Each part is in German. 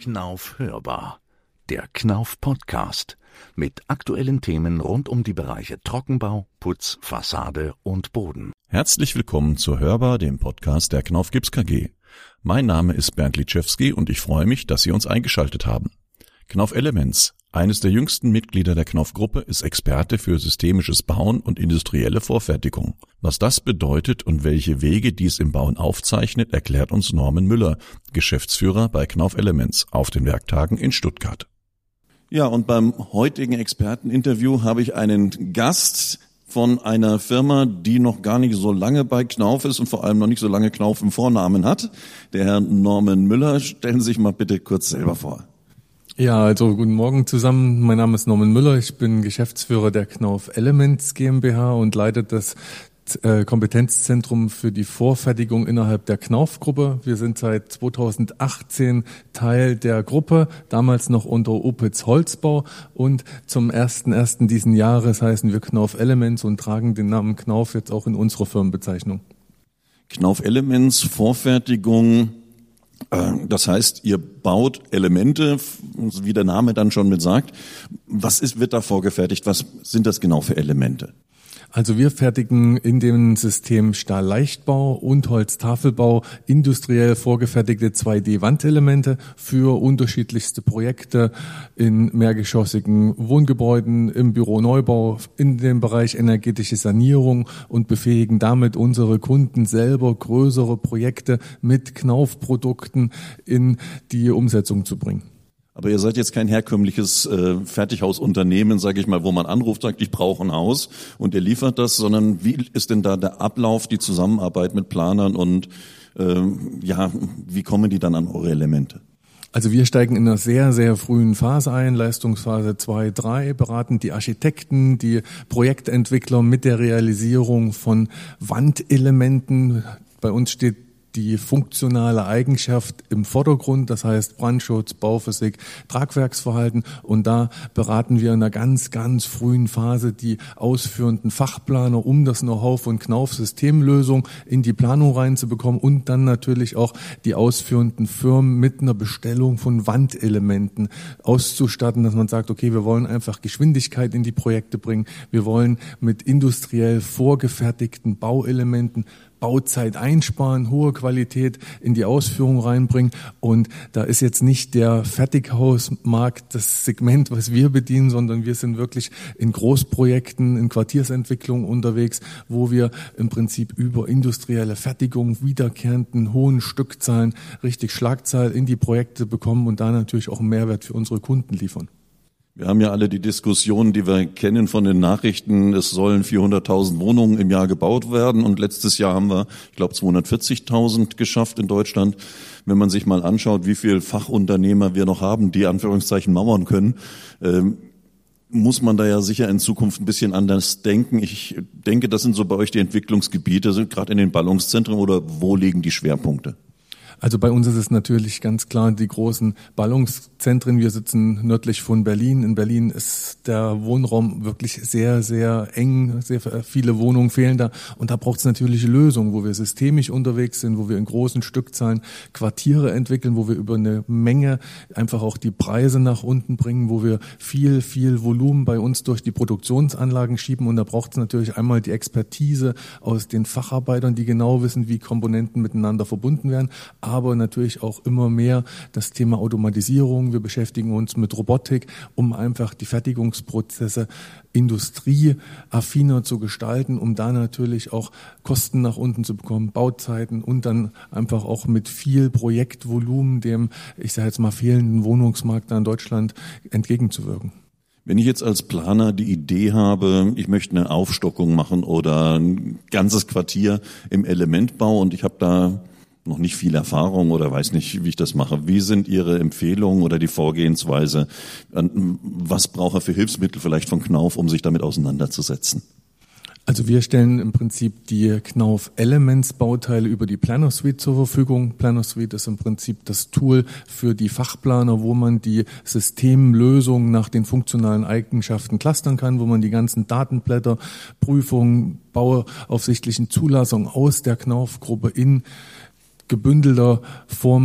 Knauf hörbar, der Knauf Podcast mit aktuellen Themen rund um die Bereiche Trockenbau, Putz, Fassade und Boden. Herzlich willkommen zur Hörbar, dem Podcast der Knauf Gips KG. Mein Name ist Bernd Litschewski und ich freue mich, dass Sie uns eingeschaltet haben. Knauf Elements, eines der jüngsten Mitglieder der Knauf-Gruppe, ist Experte für systemisches Bauen und industrielle Vorfertigung. Was das bedeutet und welche Wege dies im Bauen aufzeichnet, erklärt uns Norman Müller, Geschäftsführer bei Knauf Elements auf den Werktagen in Stuttgart. Ja, und beim heutigen Experteninterview habe ich einen Gast von einer Firma, die noch gar nicht so lange bei Knauf ist und vor allem noch nicht so lange Knauf im Vornamen hat. Der Herr Norman Müller, stellen Sie sich mal bitte kurz selber vor. Ja, also guten Morgen zusammen. Mein Name ist Norman Müller. Ich bin Geschäftsführer der Knauf Elements GmbH und leite das Kompetenzzentrum für die Vorfertigung innerhalb der Knauf-Gruppe. Wir sind seit 2018 Teil der Gruppe, damals noch unter Opitz Holzbau, und zum 1.1. diesen Jahres heißen wir Knauf Elements und tragen den Namen Knauf jetzt auch in unserer Firmenbezeichnung. Knauf Elements, Vorfertigung. Das heißt, ihr baut Elemente, wie der Name dann schon mit sagt. Wird da vorgefertigt? Was sind das genau für Elemente? Also wir fertigen in dem System Stahlleichtbau und Holztafelbau industriell vorgefertigte 2D-Wandelemente für unterschiedlichste Projekte in mehrgeschossigen Wohngebäuden, im Büroneubau, in dem Bereich energetische Sanierung und befähigen damit unsere Kunden selber größere Projekte mit Knauf-Produkten in die Umsetzung zu bringen. Aber ihr seid jetzt kein herkömmliches Fertighausunternehmen, sage ich mal, wo man anruft, sagt, ich brauche ein Haus und ihr liefert das, sondern wie ist denn da der Ablauf, die Zusammenarbeit mit Planern und wie kommen die dann an eure Elemente? Also wir steigen in einer sehr, sehr frühen Phase ein, Leistungsphase 2, 3, beraten die Architekten, die Projektentwickler mit der Realisierung von Wandelementen. Bei uns steht die funktionale Eigenschaft im Vordergrund, das heißt Brandschutz, Bauphysik, Tragwerksverhalten, und da beraten wir in einer ganz, ganz frühen Phase die ausführenden Fachplaner, um das Know-how von Knauf Systemlösung in die Planung reinzubekommen und dann natürlich auch die ausführenden Firmen mit einer Bestellung von Wandelementen auszustatten, dass man sagt, okay, wir wollen einfach Geschwindigkeit in die Projekte bringen, wir wollen mit industriell vorgefertigten Bauelementen Bauzeit einsparen, hohe Qualität in die Ausführung reinbringen, und da ist jetzt nicht der Fertighausmarkt das Segment, was wir bedienen, sondern wir sind wirklich in Großprojekten, in Quartiersentwicklung unterwegs, wo wir im Prinzip über industrielle Fertigung, wiederkehrenden hohen Stückzahlen richtig Schlagzahl in die Projekte bekommen und da natürlich auch einen Mehrwert für unsere Kunden liefern. Wir haben ja alle die Diskussion, die wir kennen von den Nachrichten, es sollen 400.000 Wohnungen im Jahr gebaut werden und letztes Jahr haben wir, ich glaube, 240.000 geschafft in Deutschland. Wenn man sich mal anschaut, wie viel Fachunternehmer wir noch haben, die Anführungszeichen mauern können, muss man da ja sicher in Zukunft ein bisschen anders denken. Ich denke, das sind so bei euch die Entwicklungsgebiete, sind gerade in den Ballungszentren, oder wo liegen die Schwerpunkte? Also bei uns ist es natürlich ganz klar die großen Ballungszentren. Wir sitzen nördlich von Berlin. In Berlin ist der Wohnraum wirklich sehr, sehr eng. Sehr viele Wohnungen fehlen da. Und da braucht es natürlich Lösungen, wo wir systemisch unterwegs sind, wo wir in großen Stückzahlen Quartiere entwickeln, wo wir über eine Menge einfach auch die Preise nach unten bringen, wo wir viel, viel Volumen bei uns durch die Produktionsanlagen schieben. Und da braucht es natürlich einmal die Expertise aus den Facharbeitern, die genau wissen, wie Komponenten miteinander verbunden werden, aber natürlich auch immer mehr das Thema Automatisierung. Wir beschäftigen uns mit Robotik, um einfach die Fertigungsprozesse industrieaffiner zu gestalten, um da natürlich auch Kosten nach unten zu bekommen, Bauzeiten und dann einfach auch mit viel Projektvolumen dem, ich sage jetzt mal, fehlenden Wohnungsmarkt in Deutschland entgegenzuwirken. Wenn ich jetzt als Planer die Idee habe, ich möchte eine Aufstockung machen oder ein ganzes Quartier im Elementbau und ich habe da noch nicht viel Erfahrung oder weiß nicht, wie ich das mache. Wie sind Ihre Empfehlungen oder die Vorgehensweise? Was braucht er für Hilfsmittel vielleicht von Knauf, um sich damit auseinanderzusetzen? Also wir stellen im Prinzip die Knauf Elements Bauteile über die Planner Suite zur Verfügung. Planner Suite ist im Prinzip das Tool für die Fachplaner, wo man die Systemlösungen nach den funktionalen Eigenschaften clustern kann, wo man die ganzen Datenblätter, Prüfungen, bauaufsichtlichen Zulassungen aus der Knauf-Gruppe in gebündelter Form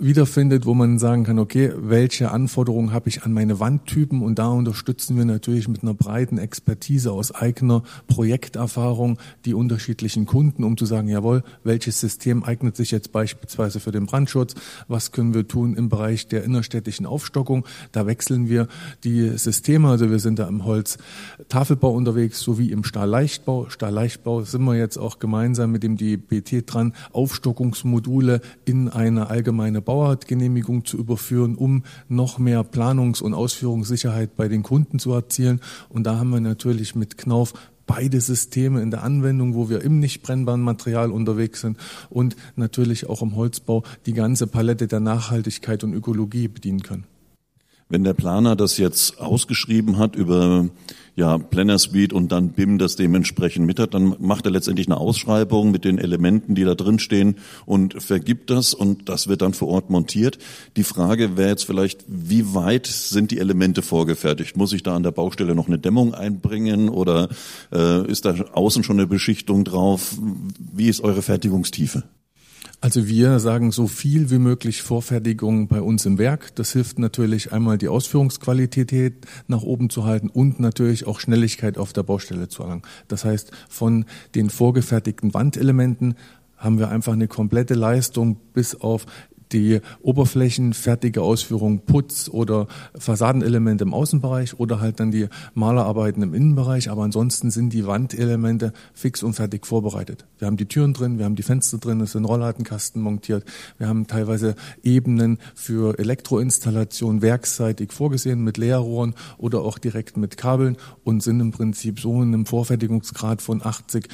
wiederfindet, wo man sagen kann, okay, welche Anforderungen habe ich an meine Wandtypen, und da unterstützen wir natürlich mit einer breiten Expertise aus eigener Projekterfahrung die unterschiedlichen Kunden, um zu sagen, jawohl, welches System eignet sich jetzt beispielsweise für den Brandschutz, was können wir tun im Bereich der innerstädtischen Aufstockung, da wechseln wir die Systeme, also wir sind da im Holz-Tafelbau unterwegs, sowie im Stahlleichtbau. Stahlleichtbau sind wir jetzt auch gemeinsam mit dem DBT dran, Aufstockungsmodule in eine allgemeine Bauartgenehmigung zu überführen, um noch mehr Planungs- und Ausführungssicherheit bei den Kunden zu erzielen. Und da haben wir natürlich mit Knauf beide Systeme in der Anwendung, wo wir im nicht brennbaren Material unterwegs sind und natürlich auch im Holzbau die ganze Palette der Nachhaltigkeit und Ökologie bedienen können. Wenn der Planer das jetzt ausgeschrieben hat über Planner Suite und dann BIM das dementsprechend mit hat, dann macht er letztendlich eine Ausschreibung mit den Elementen, die da drin stehen, und vergibt das, und das wird dann vor Ort montiert. Die Frage wäre jetzt vielleicht, wie weit sind die Elemente vorgefertigt? Muss ich da an der Baustelle noch eine Dämmung einbringen oder ist da außen schon eine Beschichtung drauf? Wie ist eure Fertigungstiefe? Also wir sagen so viel wie möglich Vorfertigung bei uns im Werk. Das hilft natürlich einmal die Ausführungsqualität nach oben zu halten und natürlich auch Schnelligkeit auf der Baustelle zu erlangen. Das heißt, von den vorgefertigten Wandelementen haben wir einfach eine komplette Leistung bis auf die oberflächenfertige Ausführung, Putz oder Fassadenelemente im Außenbereich oder halt dann die Malerarbeiten im Innenbereich. Aber ansonsten sind die Wandelemente fix und fertig vorbereitet. Wir haben die Türen drin, wir haben die Fenster drin, es sind Rollladenkasten montiert. Wir haben teilweise Ebenen für Elektroinstallation werksseitig vorgesehen mit Leerrohren oder auch direkt mit Kabeln und sind im Prinzip so in einem Vorfertigungsgrad von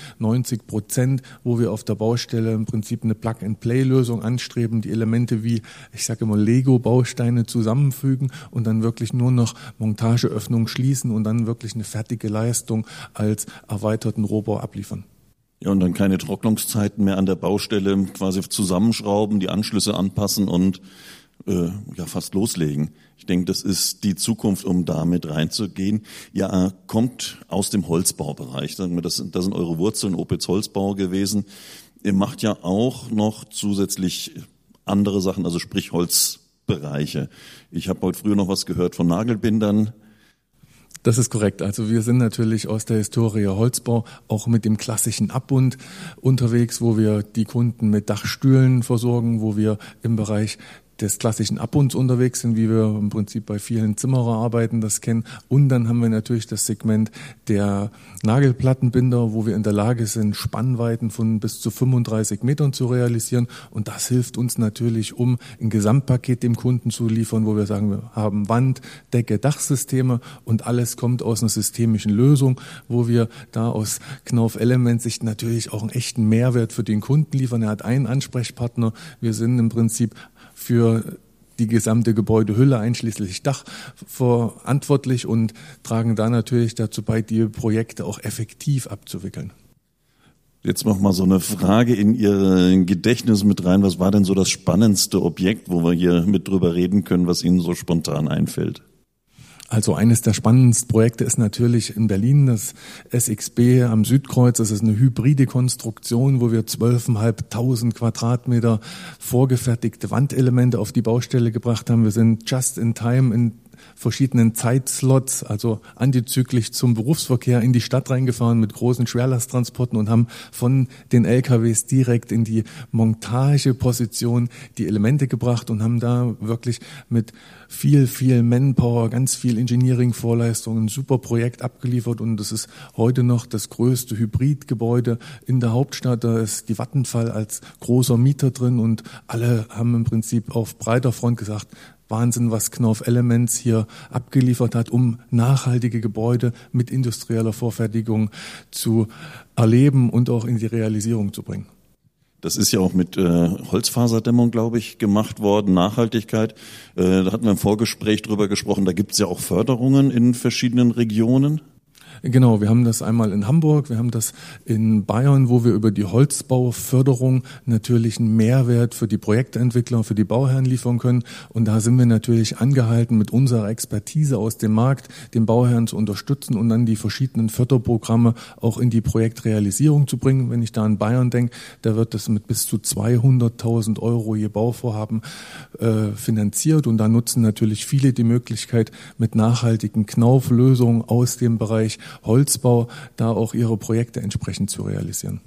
80-90%, wo wir auf der Baustelle im Prinzip eine Plug-and-Play-Lösung anstreben, die Elemente wie, ich sage immer, Lego-Bausteine zusammenfügen und dann wirklich nur noch Montageöffnungen schließen und dann wirklich eine fertige Leistung als erweiterten Rohbau abliefern. Ja, und dann keine Trocknungszeiten mehr an der Baustelle, quasi zusammenschrauben, die Anschlüsse anpassen und fast loslegen. Ich denke, das ist die Zukunft, um da mit reinzugehen. Ja, kommt aus dem Holzbaubereich. Sagen wir, das sind eure Wurzeln, Opitz Holzbau gewesen. Ihr macht ja auch noch zusätzlich andere Sachen, also sprich Holzbereiche. Ich habe heute früher noch was gehört von Nagelbindern. Das ist korrekt. Also wir sind natürlich aus der Historie Holzbau auch mit dem klassischen Abbund unterwegs, wo wir die Kunden mit Dachstühlen versorgen, wo wir im Bereich des klassischen Abbunds unterwegs sind, wie wir im Prinzip bei vielen Zimmererarbeiten das kennen. Und dann haben wir natürlich das Segment der Nagelplattenbinder, wo wir in der Lage sind, Spannweiten von bis zu 35 Metern zu realisieren. Und das hilft uns natürlich, um ein Gesamtpaket dem Kunden zu liefern, wo wir sagen, wir haben Wand, Decke, Dachsysteme und alles kommt aus einer systemischen Lösung, wo wir da aus Knauf Element Sicht natürlich auch einen echten Mehrwert für den Kunden liefern. Er hat einen Ansprechpartner. Wir sind im Prinzip für die gesamte Gebäudehülle einschließlich Dach verantwortlich und tragen da natürlich dazu bei, die Projekte auch effektiv abzuwickeln. Jetzt noch mal so eine Frage in Ihr Gedächtnis mit rein. Was war denn so das spannendste Objekt, wo wir hier mit drüber reden können, was Ihnen so spontan einfällt? Also eines der spannendsten Projekte ist natürlich in Berlin das SXB am Südkreuz. Das ist eine hybride Konstruktion, wo wir 12.500 Quadratmeter vorgefertigte Wandelemente auf die Baustelle gebracht haben. Wir sind just in time in verschiedenen Zeitslots, also antizyklisch zum Berufsverkehr in die Stadt reingefahren mit großen Schwerlasttransporten und haben von den LKWs direkt in die Montageposition die Elemente gebracht und haben da wirklich mit viel Manpower, ganz viel Engineering-Vorleistungen, ein super Projekt abgeliefert und das ist heute noch das größte Hybridgebäude in der Hauptstadt. Da ist die Vattenfall als großer Mieter drin und alle haben im Prinzip auf breiter Front gesagt, Wahnsinn, was Knauf Elements hier abgeliefert hat, um nachhaltige Gebäude mit industrieller Vorfertigung zu erleben und auch in die Realisierung zu bringen. Das ist ja auch mit Holzfaserdämmung, glaube ich, gemacht worden, Nachhaltigkeit. Da hatten wir im Vorgespräch drüber gesprochen, da gibt es ja auch Förderungen in verschiedenen Regionen. Genau, wir haben das einmal in Hamburg, wir haben das in Bayern, wo wir über die Holzbauförderung natürlich einen Mehrwert für die Projektentwickler, für die Bauherren liefern können. Und da sind wir natürlich angehalten, mit unserer Expertise aus dem Markt den Bauherren zu unterstützen und dann die verschiedenen Förderprogramme auch in die Projektrealisierung zu bringen. Wenn ich da an Bayern denke, da wird das mit bis zu 200.000 Euro je Bauvorhaben finanziert. Und da nutzen natürlich viele die Möglichkeit, mit nachhaltigen Knauflösungen aus dem Bereich Holzbau da auch ihre Projekte entsprechend zu realisieren.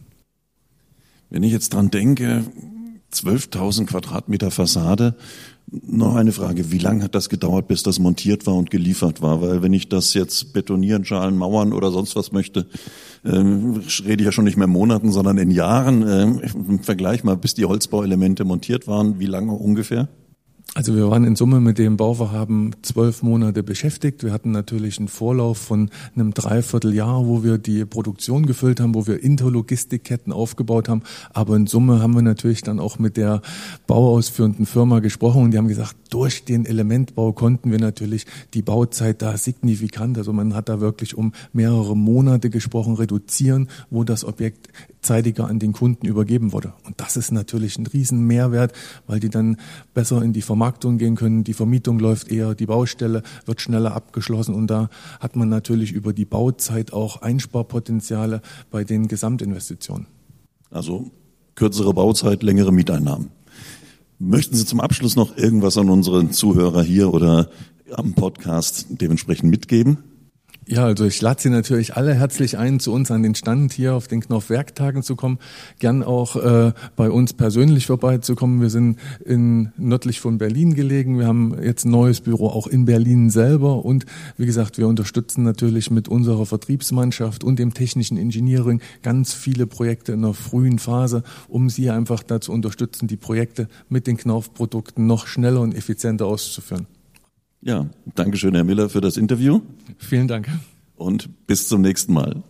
Wenn ich jetzt dran denke, 12.000 Quadratmeter Fassade, noch eine Frage, wie lange hat das gedauert, bis das montiert war und geliefert war? Weil wenn ich das jetzt betonieren, schalen, mauern oder sonst was möchte, rede ich ja schon nicht mehr in Monaten, sondern in Jahren. Im Vergleich mal, bis die Holzbauelemente montiert waren, wie lange ungefähr? Also wir waren in Summe mit dem Bauvorhaben 12 Monate beschäftigt. Wir hatten natürlich einen Vorlauf von einem Dreivierteljahr, wo wir die Produktion gefüllt haben, wo wir Interlogistikketten aufgebaut haben. Aber in Summe haben wir natürlich dann auch mit der bauausführenden Firma gesprochen und die haben gesagt, durch den Elementbau konnten wir natürlich die Bauzeit da signifikant, also man hat da wirklich um mehrere Monate gesprochen, reduzieren, wo das Objekt zeitiger an den Kunden übergeben wurde. Und das ist natürlich ein riesen Mehrwert, weil die dann besser in die Vermarktung gehen können, die Vermietung läuft eher, die Baustelle wird schneller abgeschlossen und da hat man natürlich über die Bauzeit auch Einsparpotenziale bei den Gesamtinvestitionen. Also kürzere Bauzeit, längere Mieteinnahmen. Möchten Sie zum Abschluss noch irgendwas an unsere Zuhörer hier oder am Podcast dementsprechend mitgeben? Ja, also ich lade Sie natürlich alle herzlich ein, zu uns an den Stand hier auf den Knauf-Werktagen zu kommen, gern auch bei uns persönlich vorbeizukommen. Wir sind nördlich von Berlin gelegen, wir haben jetzt ein neues Büro auch in Berlin selber und wie gesagt, wir unterstützen natürlich mit unserer Vertriebsmannschaft und dem technischen Engineering ganz viele Projekte in einer frühen Phase, um Sie einfach dazu unterstützen, die Projekte mit den Knauf-Produkten noch schneller und effizienter auszuführen. Ja, Dankeschön, Herr Miller, für das Interview. Vielen Dank. Und bis zum nächsten Mal.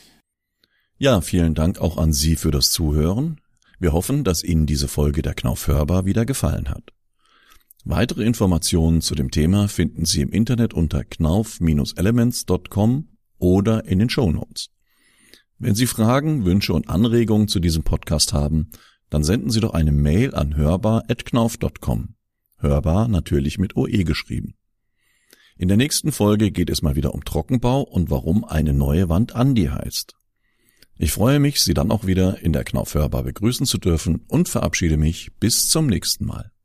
Ja, vielen Dank auch an Sie für das Zuhören. Wir hoffen, dass Ihnen diese Folge der Knauf hörbar wieder gefallen hat. Weitere Informationen zu dem Thema finden Sie im Internet unter knauf-elements.com oder in den Shownotes. Wenn Sie Fragen, Wünsche und Anregungen zu diesem Podcast haben, dann senden Sie doch eine Mail an hörbar@knauf.com. Hörbar natürlich mit OE geschrieben. In der nächsten Folge geht es mal wieder um Trockenbau und warum eine neue Wand Andi heißt. Ich freue mich, Sie dann auch wieder in der Knauf hörbar begrüßen zu dürfen und verabschiede mich bis zum nächsten Mal.